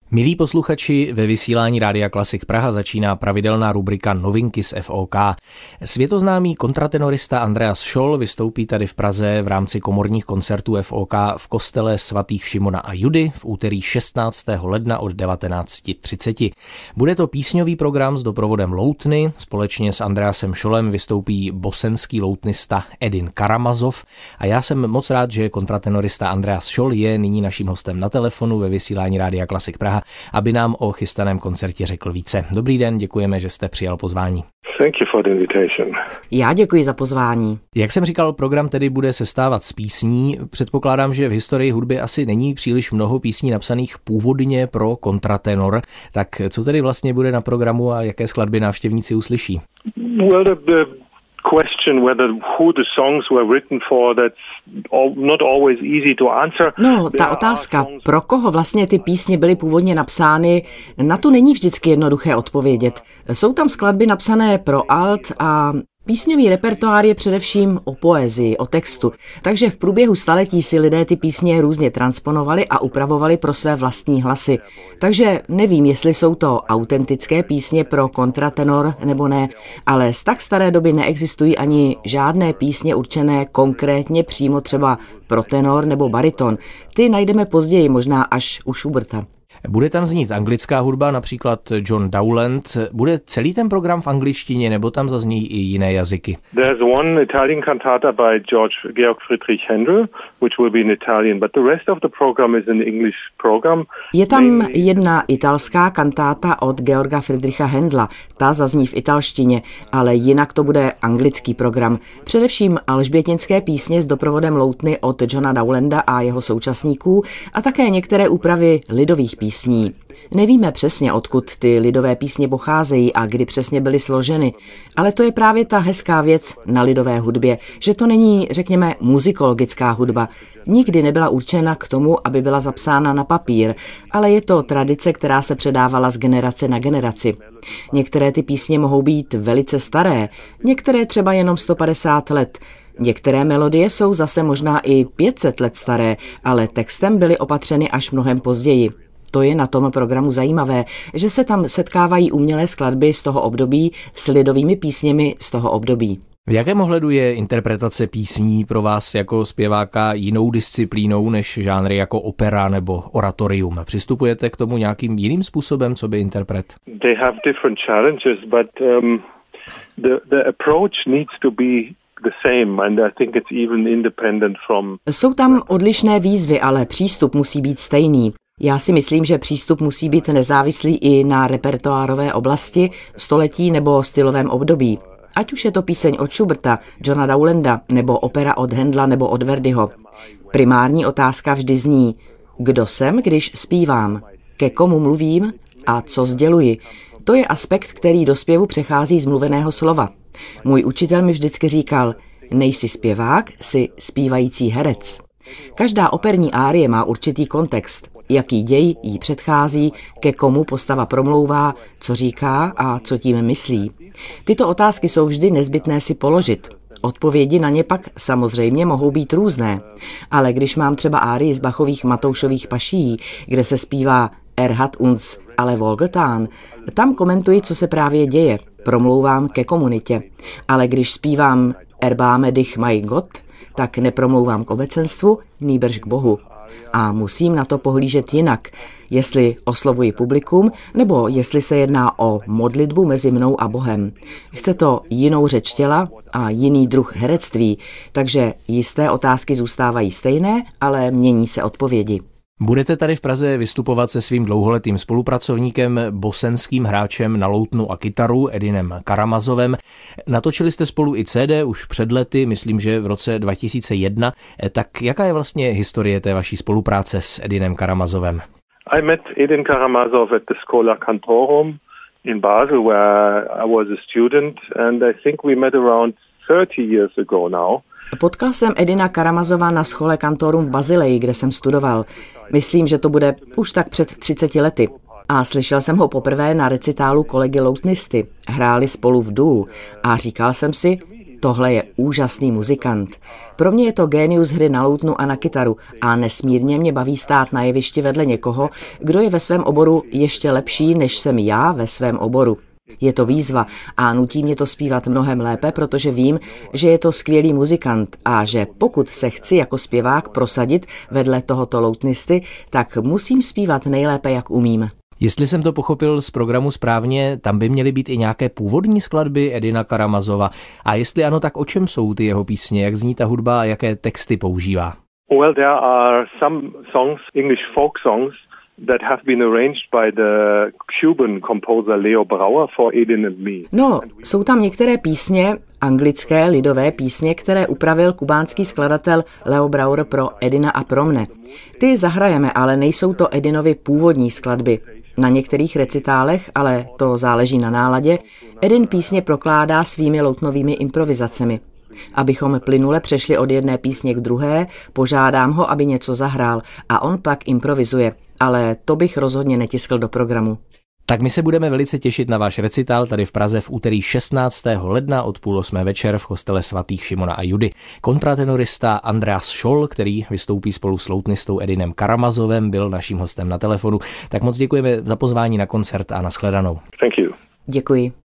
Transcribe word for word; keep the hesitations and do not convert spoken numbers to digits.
Milí posluchači, ve vysílání Rádia Klasik Praha začíná pravidelná rubrika Novinky z F O K. Světoznámý kontratenorista Andreas Scholl vystoupí tady v Praze v rámci komorních koncertů F O K v kostele svatých Šimona a Judy v úterý šestnáctého ledna od devatenáct třicet. Bude to písňový program s doprovodem loutny. Společně s Andreasem Schollem vystoupí bosenský loutnista Edin Karamazov a já jsem moc rád, že kontratenorista Andreas Scholl je nyní naším hostem na telefonu ve vysílání Rádia Klasik Praha, aby nám o chystaném koncertě řekl více. Dobrý den, děkujeme, že jste přijal pozvání. Thank you for the invitation. Já děkuji za pozvání. Jak jsem říkal, program tedy bude sestávat z písní. Předpokládám, že v historii hudby asi není příliš mnoho písní napsaných původně pro kontratenor. Tak co tedy vlastně bude na programu a jaké skladby návštěvníci uslyší? Well, the, the question whether who the songs were written for, that's not always easy to answer. No, ta otázka, pro koho vlastně ty písně byly původně napsány, na to není vždycky jednoduché odpovědět. Jsou tam skladby napsané pro alt a písňový repertoár je především o poezii, o textu, takže v průběhu staletí si lidé ty písně různě transponovali a upravovali pro své vlastní hlasy. Takže nevím, jestli jsou to autentické písně pro kontratenor nebo ne, ale z tak staré doby neexistují ani žádné písně určené konkrétně přímo třeba pro tenor nebo bariton. Ty najdeme později, možná až u Schuberta. Bude tam znít anglická hudba, například John Dowland. Bude celý ten program v angličtině, nebo tam zazní i jiné jazyky? There's one Italian cantata by George Georg Friedrich Händel, which will be in Italian, but the rest of the program is an English program. Je tam jedna italská kantáta od Georga Friedricha Händla, ta zazní v italštině, ale jinak to bude anglický program. Především alžbětinské písně s doprovodem loutny od Johna Dowlanda a jeho současníků a také některé úpravy lidových písní. Písní. Nevíme přesně, odkud ty lidové písně pocházejí a kdy přesně byly složeny, ale to je právě ta hezká věc na lidové hudbě, že to není, řekněme, muzikologická hudba. Nikdy nebyla určena k tomu, aby byla zapsána na papír, ale je to tradice, která se předávala z generace na generaci. Některé ty písně mohou být velice staré, některé třeba jenom sto padesát let. Některé melodie jsou zase možná i pět set let staré, ale textem byly opatřeny až mnohem později. To je na tom programu zajímavé, že se tam setkávají umělé skladby z toho období s lidovými písněmi z toho období. V jakém ohledu je interpretace písní pro vás jako zpěváka jinou disciplínou než žánry jako opera nebo oratorium? Přistupujete k tomu nějakým jiným způsobem, co by interpret? They have different challenges, but um, the, the approach needs to be the same, and I think it's even independent from... Jsou tam odlišné výzvy, ale přístup musí být stejný. Já si myslím, že přístup musí být nezávislý i na repertoárové oblasti, století nebo stylovém období. Ať už je to píseň od Schuberta, Johna Dowlanda, nebo opera od Händla nebo od Verdiho. Primární otázka vždy zní, kdo jsem, když zpívám, ke komu mluvím a co sděluji. To je aspekt, který do zpěvu přechází z mluveného slova. Můj učitel mi vždycky říkal, nejsi zpěvák, jsi zpívající herec. Každá operní árie má určitý kontext, jaký děj jí předchází, ke komu postava promlouvá, co říká a co tím myslí. Tyto otázky jsou vždy nezbytné si položit. Odpovědi na ně pak samozřejmě mohou být různé, ale když mám třeba árii z Bachových Matoušových pašií, kde se zpívá Er hat uns alle wohlgetan, tam komentuji, co se právě děje, promlouvám ke komunitě, ale když zpívám Erbarme dich mein Gott, tak nepromlouvám k obecenstvu, nýbrž k Bohu. A musím na to pohlížet jinak, jestli oslovuji publikum, nebo jestli se jedná o modlitbu mezi mnou a Bohem. Chce to jinou řeč těla a jiný druh herectví, takže jisté otázky zůstávají stejné, ale mění se odpovědi. Budete tady v Praze vystupovat se svým dlouholetým spolupracovníkem, bosenským hráčem na loutnu a kytaru Edinem Karamazovem. Natočili jste spolu i C D už před lety, myslím, že v roce dva tisíce jedna. Tak jaká je vlastně historie té vaší spolupráce s Edinem Karamazovem? I met Edin Karamazov at the Schola Cantorum in Basel, where I was a student, and I think we met around thirty years ago now. Potkal jsem Edina Karamazova na Schole Cantorum v Basileji, kde jsem studoval. Myslím, že to bude už tak před třiceti lety. A slyšel jsem ho poprvé na recitálu kolegy loutnisty. Hráli spolu v duu a říkal jsem si, Tohle je úžasný muzikant. Pro mě je to génius hry na loutnu a na kytaru a nesmírně mě baví stát na jevišti vedle někoho, kdo je ve svém oboru ještě lepší, než jsem já ve svém oboru. Je to výzva a nutí mě to zpívat mnohem lépe, protože vím, že je to skvělý muzikant a že pokud se chci jako zpěvák prosadit vedle tohoto loutnisty, tak musím zpívat nejlépe, jak umím. Jestli jsem to pochopil z programu správně, tam by měly být i nějaké původní skladby Edina Karamazova. A jestli ano, tak o čem jsou ty jeho písně, jak zní ta hudba a jaké texty používá? Well, there are some songs, English folk songs, that have been arranged by the Cuban composer Leo Brouwer for Edin and me. No, jsou tam některé písně, anglické lidové písně, které upravil kubánský skladatel Leo Brouwer pro Edina a pro mne. Ty zahrajeme, ale nejsou to Edinovy původní skladby. Na některých recitálech, ale to záleží na náladě, Edin písně prokládá svými loutnovými improvizacemi. Abychom plynule přešli od jedné písně k druhé, požádám ho, aby něco zahrál a on pak improvizuje, ale to bych rozhodně netiskl do programu. Tak my se budeme velice těšit na váš recital tady v Praze v úterý šestnáctého ledna od půl osmé večer v kostele svatých Šimona a Judy. Kontratenorista Andreas Scholl, který vystoupí spolu s loutnistou Edinem Karamazovem, byl naším hostem na telefonu. Tak moc děkujeme za pozvání na koncert a nashledanou. Thank you. Děkuji.